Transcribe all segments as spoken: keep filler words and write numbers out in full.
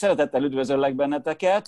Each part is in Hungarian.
Szeretettel üdvözöllek benneteket.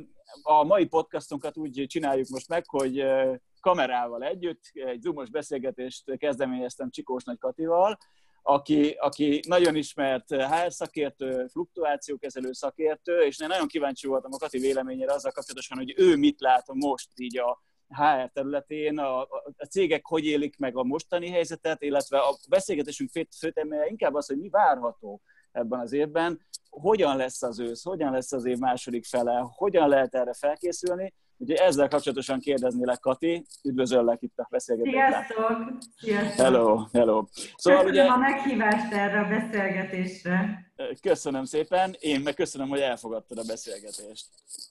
A mai podcastunkat úgy csináljuk most meg, hogy kamerával együtt egy zoomos beszélgetést kezdeményeztem Csikós Nagy Katival, aki, aki nagyon ismert há er szakértő, fluktuációkezelő szakértő, és én nagyon kíváncsi voltam a Kati véleményére azzal kapcsolatosan, hogy ő mit lát most így a há er területén, a, a cégek hogy élik meg a mostani helyzetet, illetve a beszélgetésünk főtémája inkább az, hogy mi várható ebben az évben, hogyan lesz az ősz, hogyan lesz az év második fele, hogyan lehet erre felkészülni. Úgyhogy ezzel kapcsolatosan kérdeznélek, Kati, üdvözöllek itt a beszélgetésben. Sziasztok! Sziasztok! Hello, hello! Szóval köszönöm ugye, a meghívást erre a beszélgetésre. Köszönöm szépen, én meg köszönöm, hogy elfogadtad a beszélgetést.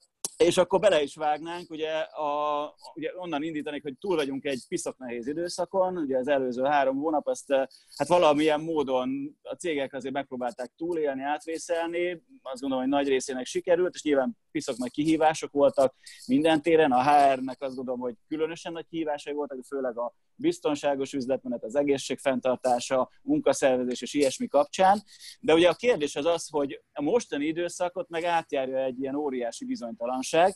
És akkor bele is vágnánk, ugye, a, ugye onnan indítanék, hogy túl vagyunk egy piszok nehéz időszakon, ugye az előző három hónap, azt hát valamilyen módon a cégek azért megpróbálták túlélni, átvészelni, azt gondolom, hogy nagy részének sikerült, és nyilván piszok nagy kihívások voltak minden téren, a há er-nek azt gondolom, hogy különösen nagy kihívásai voltak, főleg a biztonságos üzletmenet, az egészség fenntartása, munkaszervezés és ilyesmi kapcsán. De ugye a kérdés az az, hogy a mostani időszakot meg átjárja egy ilyen óriási bizonytalanság,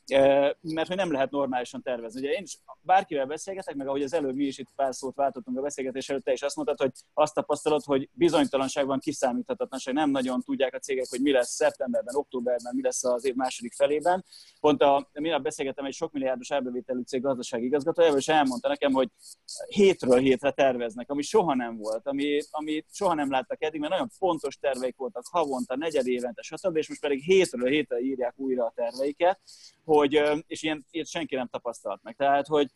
mert hogy nem lehet normálisan tervezni. Ugye én is bárkivel beszélgetek, meg ahogy az előbb mi is itt pár szót váltottunk a beszélgetés előtt, te is azt mondtad, hogy azt tapasztalod, hogy bizonytalanságban kiszámíthatatlanság, nem nagyon tudják a cégek, hogy mi lesz szeptemberben, októberben, mi lesz az év második felében. Pont a minap beszélgettem egy sok milliárdos árbevételű cég gazdasági igazgatójával, és elmondta nekem, hogy hétről hétre terveznek, ami soha nem volt, ami, ami soha nem láttak eddig, mert nagyon pontos terveik voltak havonta, negyed évente, stb. És most pedig hétről hétre írják újra a terveiket, hogy, és ilyen, ilyet senki nem tapasztalt meg. Tehát, hogy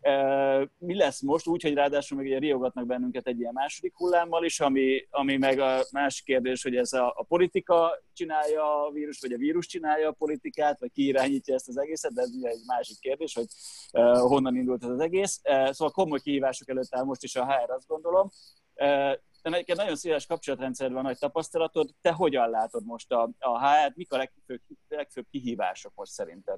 e, mi lesz most úgy, hogy ráadásul meg ugye riogatnak bennünket egy ilyen második hullámmal is, ami, ami meg a másik kérdés, hogy ez a, a politika csinálja a vírus, vagy a vírus csinálja a politikát, vagy ki irányítja ezt az egészet, de ez ugye egy másik kérdés, hogy e, honnan indult ez az egész. E, szóval komoly kihívások előtt áll most is a há er, azt gondolom. E, de neked nagyon széles kapcsolatrendszerben van nagy tapasztalatod. Te hogyan látod most a, a há er-t? Mik a legfőbb, legfőbb kihívások most szerinted?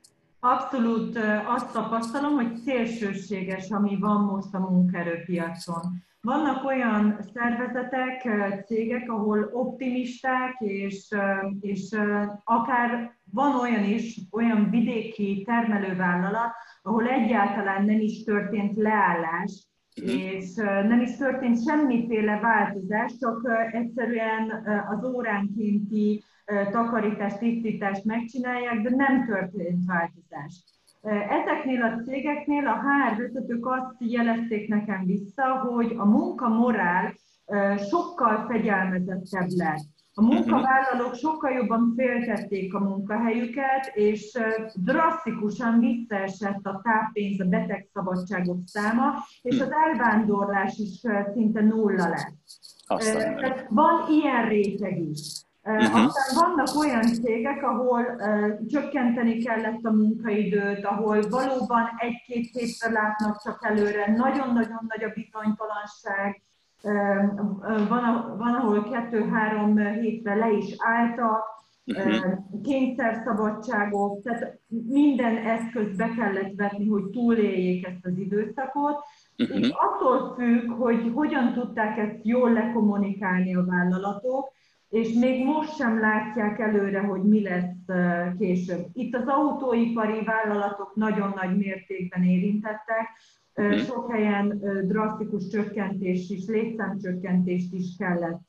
Abszolút azt tapasztalom, hogy szélsőséges, ami van most a munkaerőpiacon. Vannak olyan szervezetek, cégek, ahol optimisták, és, és akár van olyan is, olyan vidéki termelővállalat, ahol egyáltalán nem is történt leállás, és nem is történt semmiféle változás, csak egyszerűen az óránkénti takarítást, tisztítást megcsinálják, de nem történt változás. Ezeknél a cégeknél a há er vezetők azt jelezték nekem vissza, hogy a munkamorál sokkal fegyelmezettebb lett. A munkavállalók sokkal jobban féltették a munkahelyüket, és drasztikusan visszaesett a táppénz, a betegszabadságok száma, és az elvándorlás is szinte nulla lett. Tehát van ilyen réteg is. Uh-huh. Aztán vannak olyan cégek, ahol uh, csökkenteni kellett a munkaidőt, ahol valóban egy-két hétre látnak csak előre, nagyon-nagyon nagy a bizonytalanság, uh, van, van ahol kettő-három hétre le is álltak, uh, kényszerszabadságok, tehát minden eszközt be kellett vetni, hogy túléljék ezt az időszakot, uh-huh. És attól függ, hogy hogyan tudták ezt jól lekommunikálni a vállalatok, és még most sem látják előre, hogy mi lesz később. Itt az autóipari vállalatok nagyon nagy mértékben érintettek, sok helyen drasztikus csökkentést is, létszámcsökkentést is kellett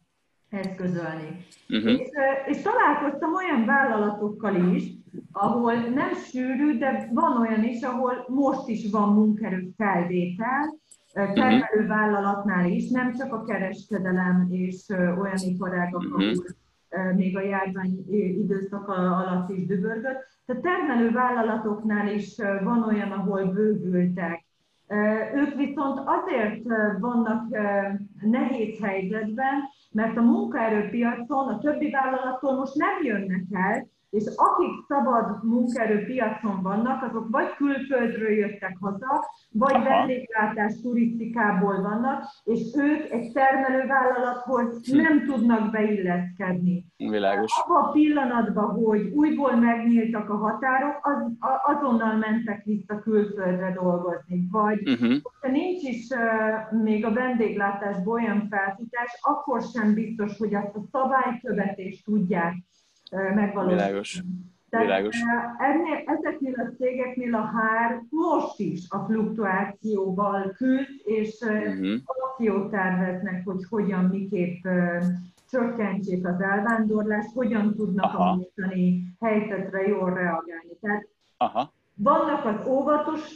eszközölni. Uh-huh. És, és találkoztam olyan vállalatokkal is, ahol nem sűrű, de van olyan is, ahol most is van munkaerő felvétel, termelővállalatnál is, nem csak a kereskedelem és olyan iparágak, ahol uh-huh. még a járvány időszaka alatt is dübörgött. Tehát termelővállalatoknál is van olyan, ahol bővültek. Ők viszont azért vannak nehéz helyzetben, mert a munkaerőpiacon a többi vállalattól most nem jönnek el, és akik szabad munkaerőpiacon vannak, azok vagy külföldről jöttek haza, vagy Aha. vendéglátás, turisztikából vannak, és ők egy termelővállalathoz hm. nem tudnak beilleszkedni. Világos. Abban a pillanatban, hogy újból megnyíltak a határok, az, azonnal mentek vissza külföldre dolgozni. Vagy uh-huh. ha nincs is uh, még a vendéglátásból olyan felfutás, akkor sem biztos, hogy azt a szabálykövetést tudják megvalósítani. Világos. Ennél, ezeknél a cégeknél a há er most is a fluktuációval küzd, és uh-huh. akciót terveznek, hogy hogyan, miképp csökkentsék az elvándorlást, hogyan tudnak Aha. a mostani helyzetre jól reagálni. Tehát Aha. vannak az óvatos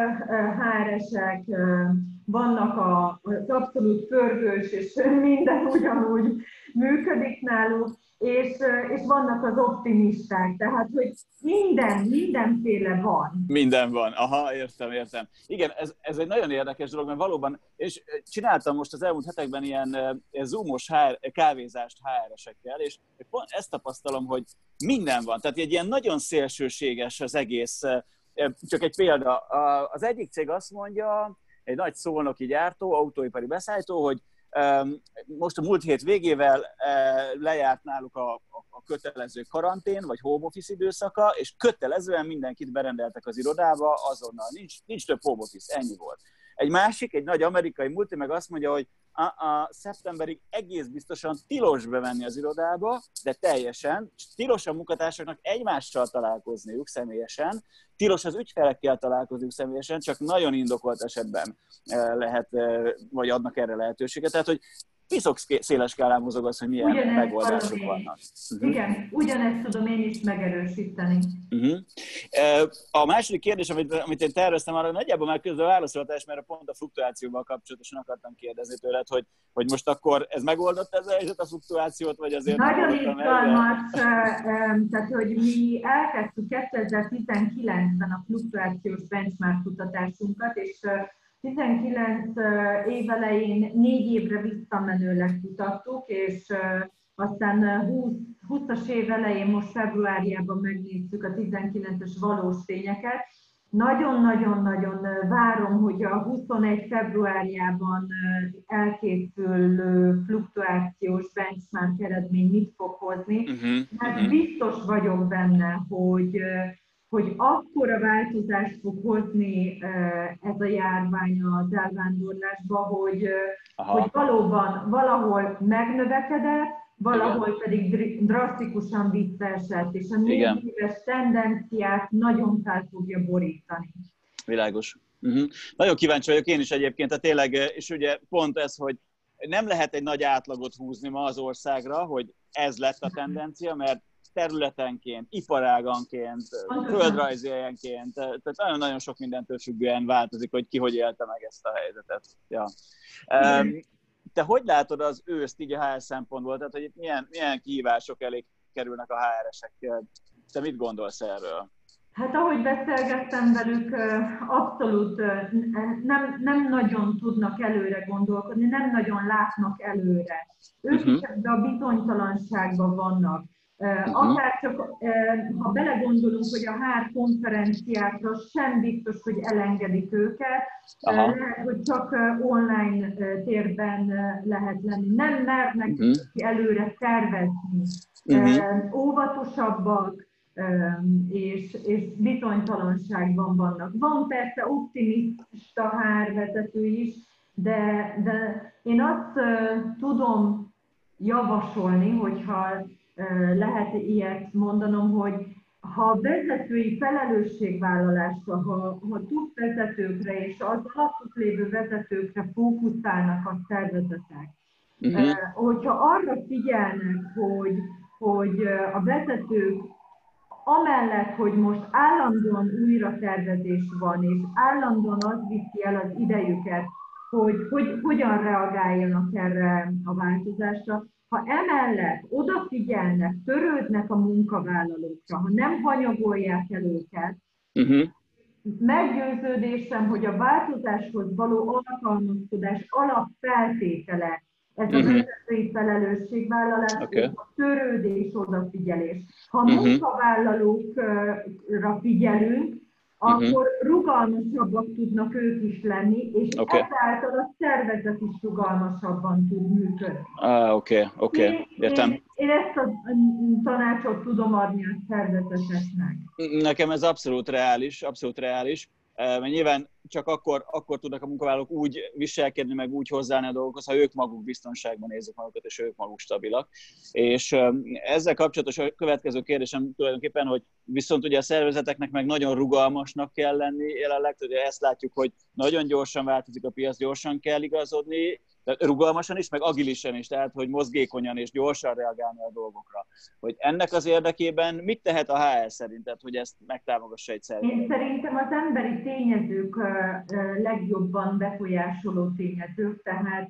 há er esek, vannak az abszolút pörgős, és minden ugyanúgy működik náluk, és, és vannak az optimisták, tehát hogy minden, mindenféle van. Minden van, aha, értem, értem. Igen, ez, ez egy nagyon érdekes dolog, mert valóban, és csináltam most az elmúlt hetekben ilyen zoomos há er, kávézást há er esekkel, és pont ezt tapasztalom, hogy minden van, tehát egy ilyen nagyon szélsőséges az egész. Csak egy példa, az egyik cég azt mondja, egy nagy szolnoki gyártó, autóipari beszállító, hogy most a múlt hét végével lejárt náluk a, a kötelező karantén, vagy home office időszaka, és kötelezően mindenkit berendeltek az irodába, azonnal nincs, nincs több home office, ennyi volt. Egy másik, egy nagy amerikai multi meg azt mondja, hogy a, a szeptemberig egész biztosan tilos bemenni az irodába, de teljesen, tilos a munkatársaknak egymással találkozniuk személyesen, tilos az ügyfelekkel találkozniuk személyesen, csak nagyon indokolt esetben lehet, vagy adnak erre lehetőséget. Tehát, hogy piszok széles skálán mozog az, hogy milyen ugyanezt megoldások vannak. Uh-huh. Igen, ugyanezt tudom én is megerősíteni. Uh-huh. A második kérdés, amit, amit én terveztem, arra nagyjából már közben válaszoltás, mert pont a fluktuációval kapcsolatosan akartam kérdezni tőled, hogy, hogy most akkor ez megoldott ez a helyzet a fluktuációt, vagy azért nagyon izgalmas, tehát hogy mi elkezdtük kétezer-tizenkilencben a fluktuációs benchmark kutatásunkat, és tizenkilenc év elején négy évre visszamenőleg kutattuk, és aztán húszas év elején, most februárjában megnéztük a tizenkilences valós tényeket. Nagyon-nagyon-nagyon várom, hogy a huszonegy februárjában elkészülő fluktuációs benchmark eredmény mit fog hozni, uh-huh, mert uh-huh. biztos vagyok benne, hogy hogy akkora változást fog hozni ez a járvány az elvándorlásba, hogy, hogy valóban valahol megnövekedett, valahol Igen. pedig drasztikusan visszaesett, és a négy éves tendenciát nagyon fel fogja borítani. Világos. Uh-huh. Nagyon kíváncsi vagyok én is egyébként, tehát tényleg, és ugye pont ez, hogy nem lehet egy nagy átlagot húzni ma az országra, hogy ez lett a tendencia, mert területenként, iparáganként, földrajzi helyenként, tehát nagyon-nagyon sok mindentől függően változik, hogy ki hogy élte meg ezt a helyzetet. Ja. Te hogy látod az őszt így a há er szempontból? Tehát, hogy milyen, milyen kihívások elé kerülnek a há er esek? Te mit gondolsz erről? Hát ahogy beszélgettem velük, abszolút nem, nem nagyon tudnak előre gondolkodni, nem nagyon látnak előre. Ők uh-huh. is ebben a bizonytalanságban vannak. Uh-huh. Akár csak, ha belegondolunk, hogy a há er konferenciákra sem biztos, hogy elengedik őket, Aha. lehet, hogy csak online térben lehet lenni. Nem mernek uh-huh. előre tervezni. Uh-huh. Óvatosabbak, és, és bizonytalanságban vannak. Van persze optimista há er vezető is, de, de én azt tudom javasolni, hogyha lehet ilyet mondanom, hogy ha a vezetői felelősségvállalásra, ha, ha tud vezetőkre és az alattuk lévő vezetőkre fókuszálnak a szervezetek, uh-huh. hogyha arra figyelnek, hogy, hogy a vezetők amellett, hogy most állandóan újratervezés van, és állandóan az viszi el az idejüket, hogy, hogy hogyan reagáljanak erre a változásra, ha emellett odafigyelnek, törődnek a munkavállalókra, ha nem hanyagolják el őket, uh-huh. meggyőződésem, hogy a változáshoz való alkalmazkodás alapfeltétele ez a uh-huh. vezetői felelősségvállalás, okay. és a törődés, odafigyelés. Ha uh-huh. munkavállalókra figyelünk, akkor uh-huh. rugalmasabbak tudnak ők is lenni, és okay. ezáltal a szervezet is rugalmasabban tud működni. Ah, oké, okay, oké, okay. Értem. Én, én ezt a tanácsot tudom adni a szervezeteknek. Nekem ez abszolút reális, abszolút reális. Mert nyilván csak akkor, akkor tudnak a munkavállalók úgy viselkedni, meg úgy hozzáállni a dolgokhoz, ha ők maguk biztonságban érzik magukat, és ők maguk stabilak. És ezzel kapcsolatos a következő kérdésem tulajdonképpen, hogy viszont ugye a szervezeteknek meg nagyon rugalmasnak kell lenni jelenleg, ugye ezt látjuk, hogy nagyon gyorsan változik a piac, gyorsan kell igazodni, de rugalmasan is, meg agilisan is, tehát hogy mozgékonyan és gyorsan reagálni a dolgokra. Hogy ennek az érdekében mit tehet a há er szerinted, hogy ezt megtámogassa egy szervezet? Én szerintem az emberi tényezők legjobban befolyásoló tényezők, tehát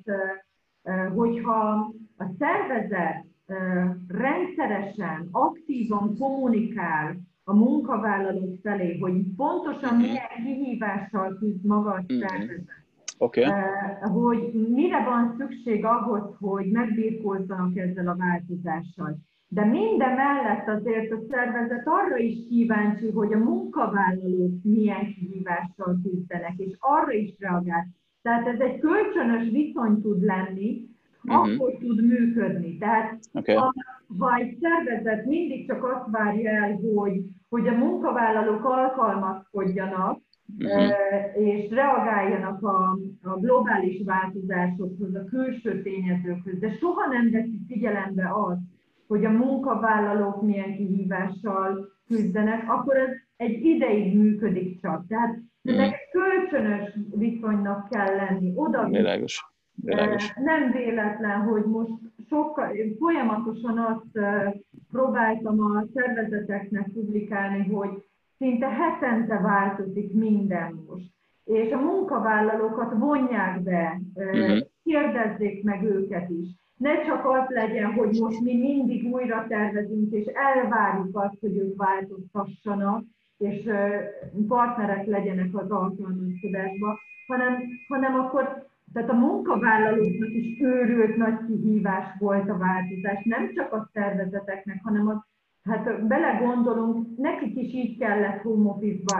hogyha a szervezet rendszeresen, aktívan kommunikál a munkavállalók felé, hogy pontosan milyen kihívással küzd maga a szervezet, Okay. hogy mire van szükség ahhoz, hogy megbirkózzanak ezzel a változással. De minden mellett azért a szervezet arra is kíváncsi, hogy a munkavállalók milyen kihívással küzdenek, és arra is reagál. Tehát ez egy kölcsönös viszony tud lenni, uh-huh. akkor tud működni. Tehát okay. ha, ha egy szervezet mindig csak azt várja el, hogy, hogy a munkavállalók alkalmazkodjanak, Uh-huh. és reagáljanak a, a globális változásokhoz, a külső tényezőkhöz, de soha nem veszik figyelembe azt, hogy a munkavállalók milyen kihívással küzdenek, akkor ez egy ideig működik csak. Tehát ennek uh-huh. kölcsönös viszonynak kell lenni, oda. Világos. Világos. Nem véletlen, hogy most sokkal, folyamatosan azt próbáltam a szervezeteknek publikálni, hogy szinte hetente változik minden most. És a munkavállalókat vonják be, uh-huh. kérdezzék meg őket is. Ne csak az legyen, hogy most mi mindig újra tervezünk, és elvárjuk azt, hogy ők változtassanak, és partnerek legyenek az alkalmazkodásban, hanem, hanem akkor, tehát a munkavállalóknak is őrült nagy kihívás volt a változás, nem csak a szervezeteknek, hanem a hát belegondolunk, nekik is így kellett home office-ba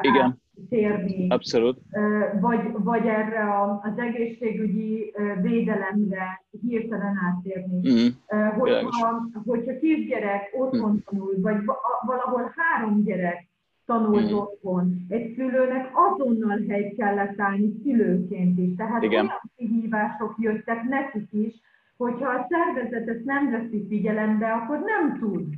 térni. Abszolút. Vagy, vagy erre az egészségügyi védelemre hirtelen áttérni. Mm, hogyha, hogyha kisgyerek otthon mm. tanul, vagy valahol három gyerek tanult mm. otthon, egy szülőnek azonnal helyt kellett állni szülőként is. Tehát igen. olyan kihívások jöttek nekik is, hogyha a szervezet ezt nem veszi figyelembe, akkor nem tud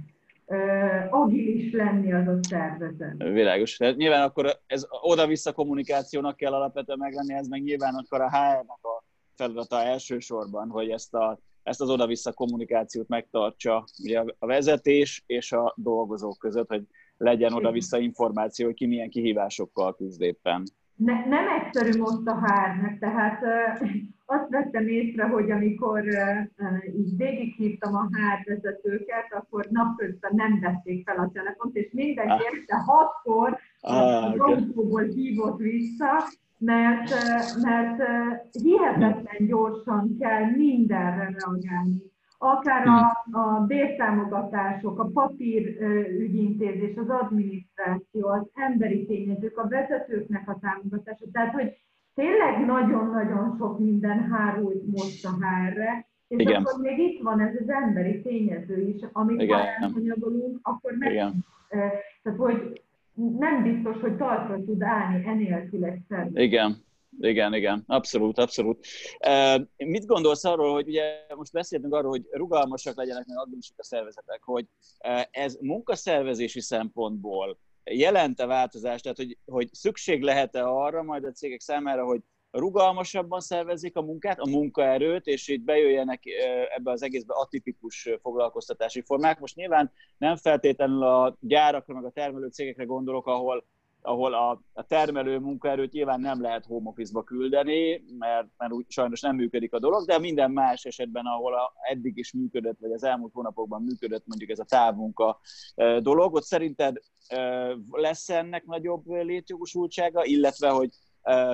agilis lenni az a szervezet. Világos. Tehát nyilván akkor ez oda-vissza kommunikációnak kell alapvetően meglenni, ez meg nyilván akkor a há er-nek a feladata elsősorban, hogy ezt, a, ezt az oda-vissza kommunikációt megtartsa ugye a vezetés és a dolgozók között, hogy legyen oda-vissza információ, hogy ki milyen kihívásokkal küzd éppen. Ne, nem egyszerű most a há er-nek, tehát uh, azt vettem észre, hogy amikor uh, így végighívtam a há er vezetőket, akkor napközben nem vették fel a telefont, és mindenki este hatkor ah, az autóból okay. hívott vissza, mert, uh, mert uh, hihetetlen gyorsan kell mindenre reagálni. Akár a, a bértámogatások, a papírügyintézés, az adminisztráció, az emberi tényezők, a vezetőknek a támogatása. Tehát, hogy tényleg nagyon-nagyon sok minden hárult most a há er-re, és igen. akkor még itt van ez az emberi tényező is, amit ha elhanyagolunk, akkor meg... Tehát, hogy nem biztos, hogy talpra tud állni enélkül egy szervezet. Igen. Igen, igen, abszolút, abszolút. Uh, mit gondolsz arról, hogy ugye most beszéltünk arról, hogy rugalmasak legyenek, meg agilisak a szervezetek, hogy uh, ez munkaszervezési szempontból jelent-e változást, tehát hogy, hogy szükség lehet-e arra majd a cégek számára, hogy rugalmasabban szervezik a munkát, a munkaerőt, és itt bejöjjenek ebbe az egészbe atipikus foglalkoztatási formák. Most nyilván nem feltétlenül a gyárakra, meg a termelő cégekre gondolok, ahol ahol a, a termelő munkaerőt nyilván nem lehet home office-ba küldeni, mert, mert úgy sajnos nem működik a dolog, de minden más esetben, ahol a, eddig is működött, vagy az elmúlt hónapokban működött mondjuk ez a távmunka e, dolog, ott szerinted e, lesz ennek nagyobb létjogosultsága, illetve, hogy e, e,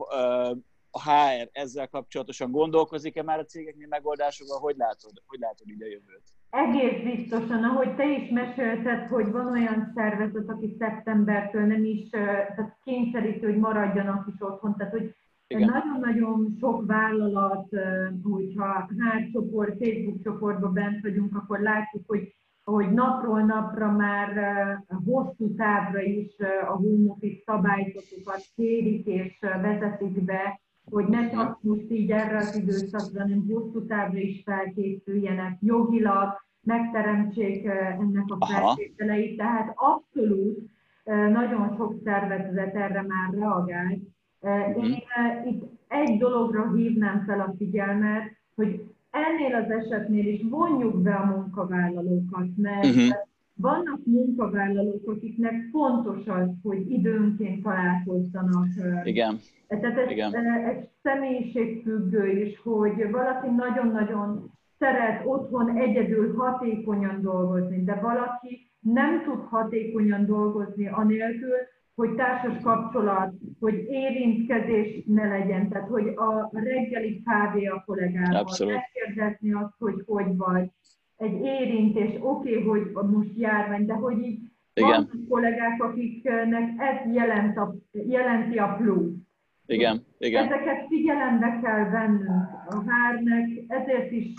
a há er ezzel kapcsolatosan gondolkozik-e már a cégeknél megoldásokban, hogy látod, hogy látod így a jövőt? Egész biztosan, ahogy te is mesélted, hogy van olyan szervezet, aki szeptembertől nem is tehát kényszerítő, hogy maradjanak is otthon. Tehát, hogy nagyon-nagyon sok vállalat, hogyha há er csoport, Facebook csoportban bent vagyunk, akkor látjuk, hogy, hogy napról napra már hosszú távra is a home office szabályzatokat kérik és vezetik be, hogy ne csak most így erre az időszakra, hanem hosszú távra is felkészüljenek jogilag, megteremtsék ennek a feltételeit. Tehát abszolút nagyon sok szervezet erre már reagált. Én itt egy dologra hívnám fel a figyelmet, hogy ennél az esetnél is vonjuk be a munkavállalókat, mert uh-huh. vannak munkavállalók, akiknek fontos az, hogy időnként találkozzanak. Igen. Tehát ez Igen. egy személyiségfüggő is, hogy valaki nagyon-nagyon szeret otthon egyedül hatékonyan dolgozni, de valaki nem tud hatékonyan dolgozni anélkül, hogy társas kapcsolat, hogy érintkezés ne legyen, tehát hogy a reggeli kávé a kollégával, megkérdezni azt, hogy hogy vagy, egy érintés, oké, okay, hogy most járvány, de hogy így vannak kollégák, akiknek ez jelent a, jelenti a plusz. Igen, igen. Ezeket figyelembe kell vennünk a há er-nek, ezért is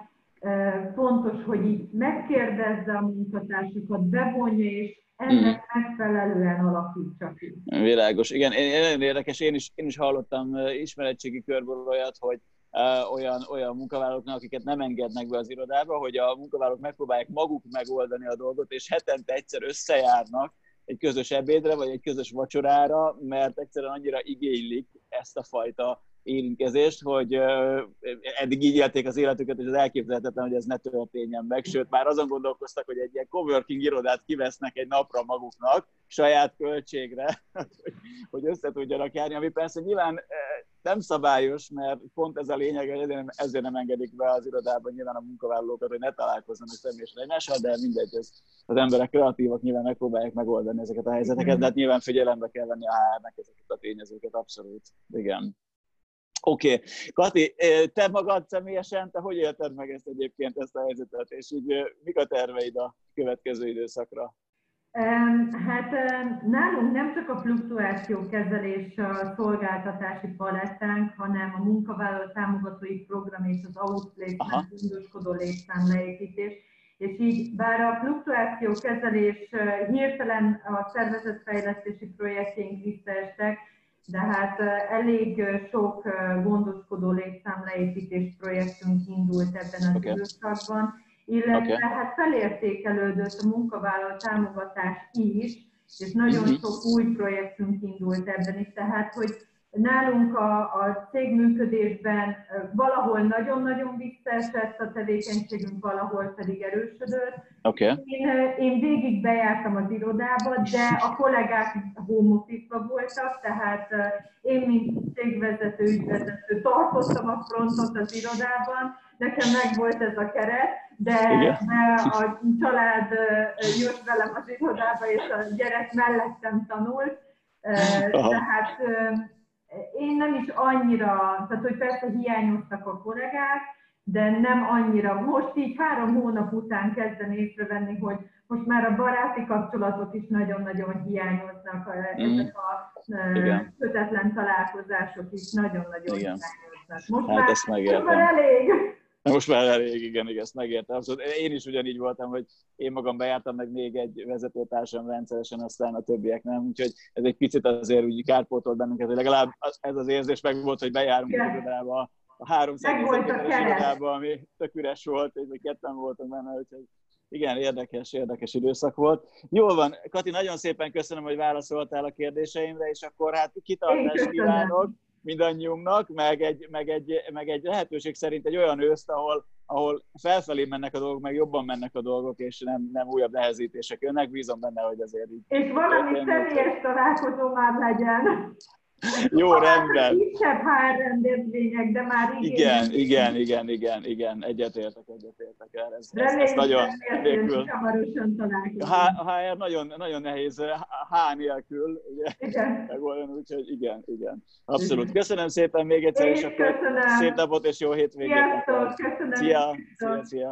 fontos, hogy így megkérdezze a munkatársakat, bevonja, és ennek mm. megfelelően alakítsa ki. Világos. Igen, én, érdekes, én is, én is hallottam ismeretségi körből olyat, hogy uh, olyan, olyan munkavállalóknak, akiket nem engednek be az irodába, hogy a munkavállalók megpróbálják maguk megoldani a dolgot, és hetente egyszer összejárnak egy közös ebédre, vagy egy közös vacsorára, mert egyszerűen annyira igénylik ezt a fajta érintkezést, hogy eddig így élték az életüket, és az elképzelhetetlen, hogy ez ne történjen meg. Sőt, már azon gondolkoztak, hogy egy ilyen coworking irodát kivesznek egy napra maguknak, saját költségre, hogy össze tudjanak járni, ami persze nyilván nem szabályos, mert pont ez a lényeg, hogy ezért nem engedik be az irodában nyilván a munkavállalókat, hogy ne találkozzanak személyesen egymással, de mindegy, az emberek kreatívak, nyilván megpróbálják megoldani ezeket a helyzeteket, de hát nyilván figyelembe kell venni a há er-nek ezeket a tényezőket, abszolút. Igen. Oké. Okay. Kati, te magad személyesen, te hogy élted meg ezt egyébként, ezt a helyzetet, és így mik a terveid a következő időszakra? Hát nálunk nem csak a fluktuációkezelés a szolgáltatási palettánk, hanem a munkavállaló támogatói program és az outplacement gondoskodó létszám leépítés. És így, bár a fluktuációkezelés hirtelen a szervezetfejlesztési projektjeink visszaestek, de hát elég sok gondoskodó létszám leépítés projektünk indult ebben az okay. időszakban, illetve okay. hát felértékelődött a munkavállaló támogatás is, és nagyon mm-hmm. sok új projektünk indult ebben is, tehát hogy nálunk a, a cég működésben valahol nagyon-nagyon visszaesett a tevékenységünk, valahol pedig erősödött. Okay. Én, én végig bejártam az irodába, de a kollégák home office-ba voltak, tehát én, mint cégvezető, ügyvezető tartottam a frontot az irodában, nekem meg volt ez a keret, de, de a család jött velem az irodába, és a gyerek mellettem tanult, tehát én nem is annyira, tehát hogy persze hiányoztak a kollégák, de nem annyira. Most így három hónap után kezdem észrevenni, hogy most már a baráti kapcsolatok is nagyon-nagyon hiányoznak, mm. ezek a Igen. kötetlen találkozások is nagyon-nagyon Igen. hiányoznak. Most hát már, ezt megértem. Most már elég. Most már elég, igen, igen, ezt megértem. Abszolút. Én is ugyanígy voltam, hogy én magam bejártam, meg még egy vezetőtársam rendszeresen, aztán a többiek nem. Úgyhogy ez egy picit azért úgy kárpótolt bennünket, hogy legalább ez az érzés meg volt, hogy bejárunk az irodába, a háromszázötvenes irodába, ami tök üres volt, és ketten voltunk benne, úgyhogy igen, érdekes, érdekes időszak volt. Jól van, Kati, nagyon szépen köszönöm, hogy válaszoltál a kérdéseimre, és akkor hát kitartást kívánok mindannyiunknak, meg egy, meg, egy, meg egy lehetőség szerint egy olyan őszt, ahol, ahol felfelé mennek a dolgok, meg jobban mennek a dolgok, és nem, nem újabb nehezítések jönnek. Bízom benne, hogy azért így... És valami személyes találkozó már legyen. Jó, rendben. Kisebb há er rendezvények, de már igen. Igen, igen, igen, igen, igen, egyetértek, egyetértek el. Ez, ez, ez nagyon nélkül. A há er nagyon, nagyon nehéz H nélkül, ugye? Igen. Megoldan, úgyhogy igen, igen. Abszolút. Köszönöm szépen még egyszer, és akkor szép napot és jó hétvégét. Sziasztok, köszönöm. Szia, szia, szia.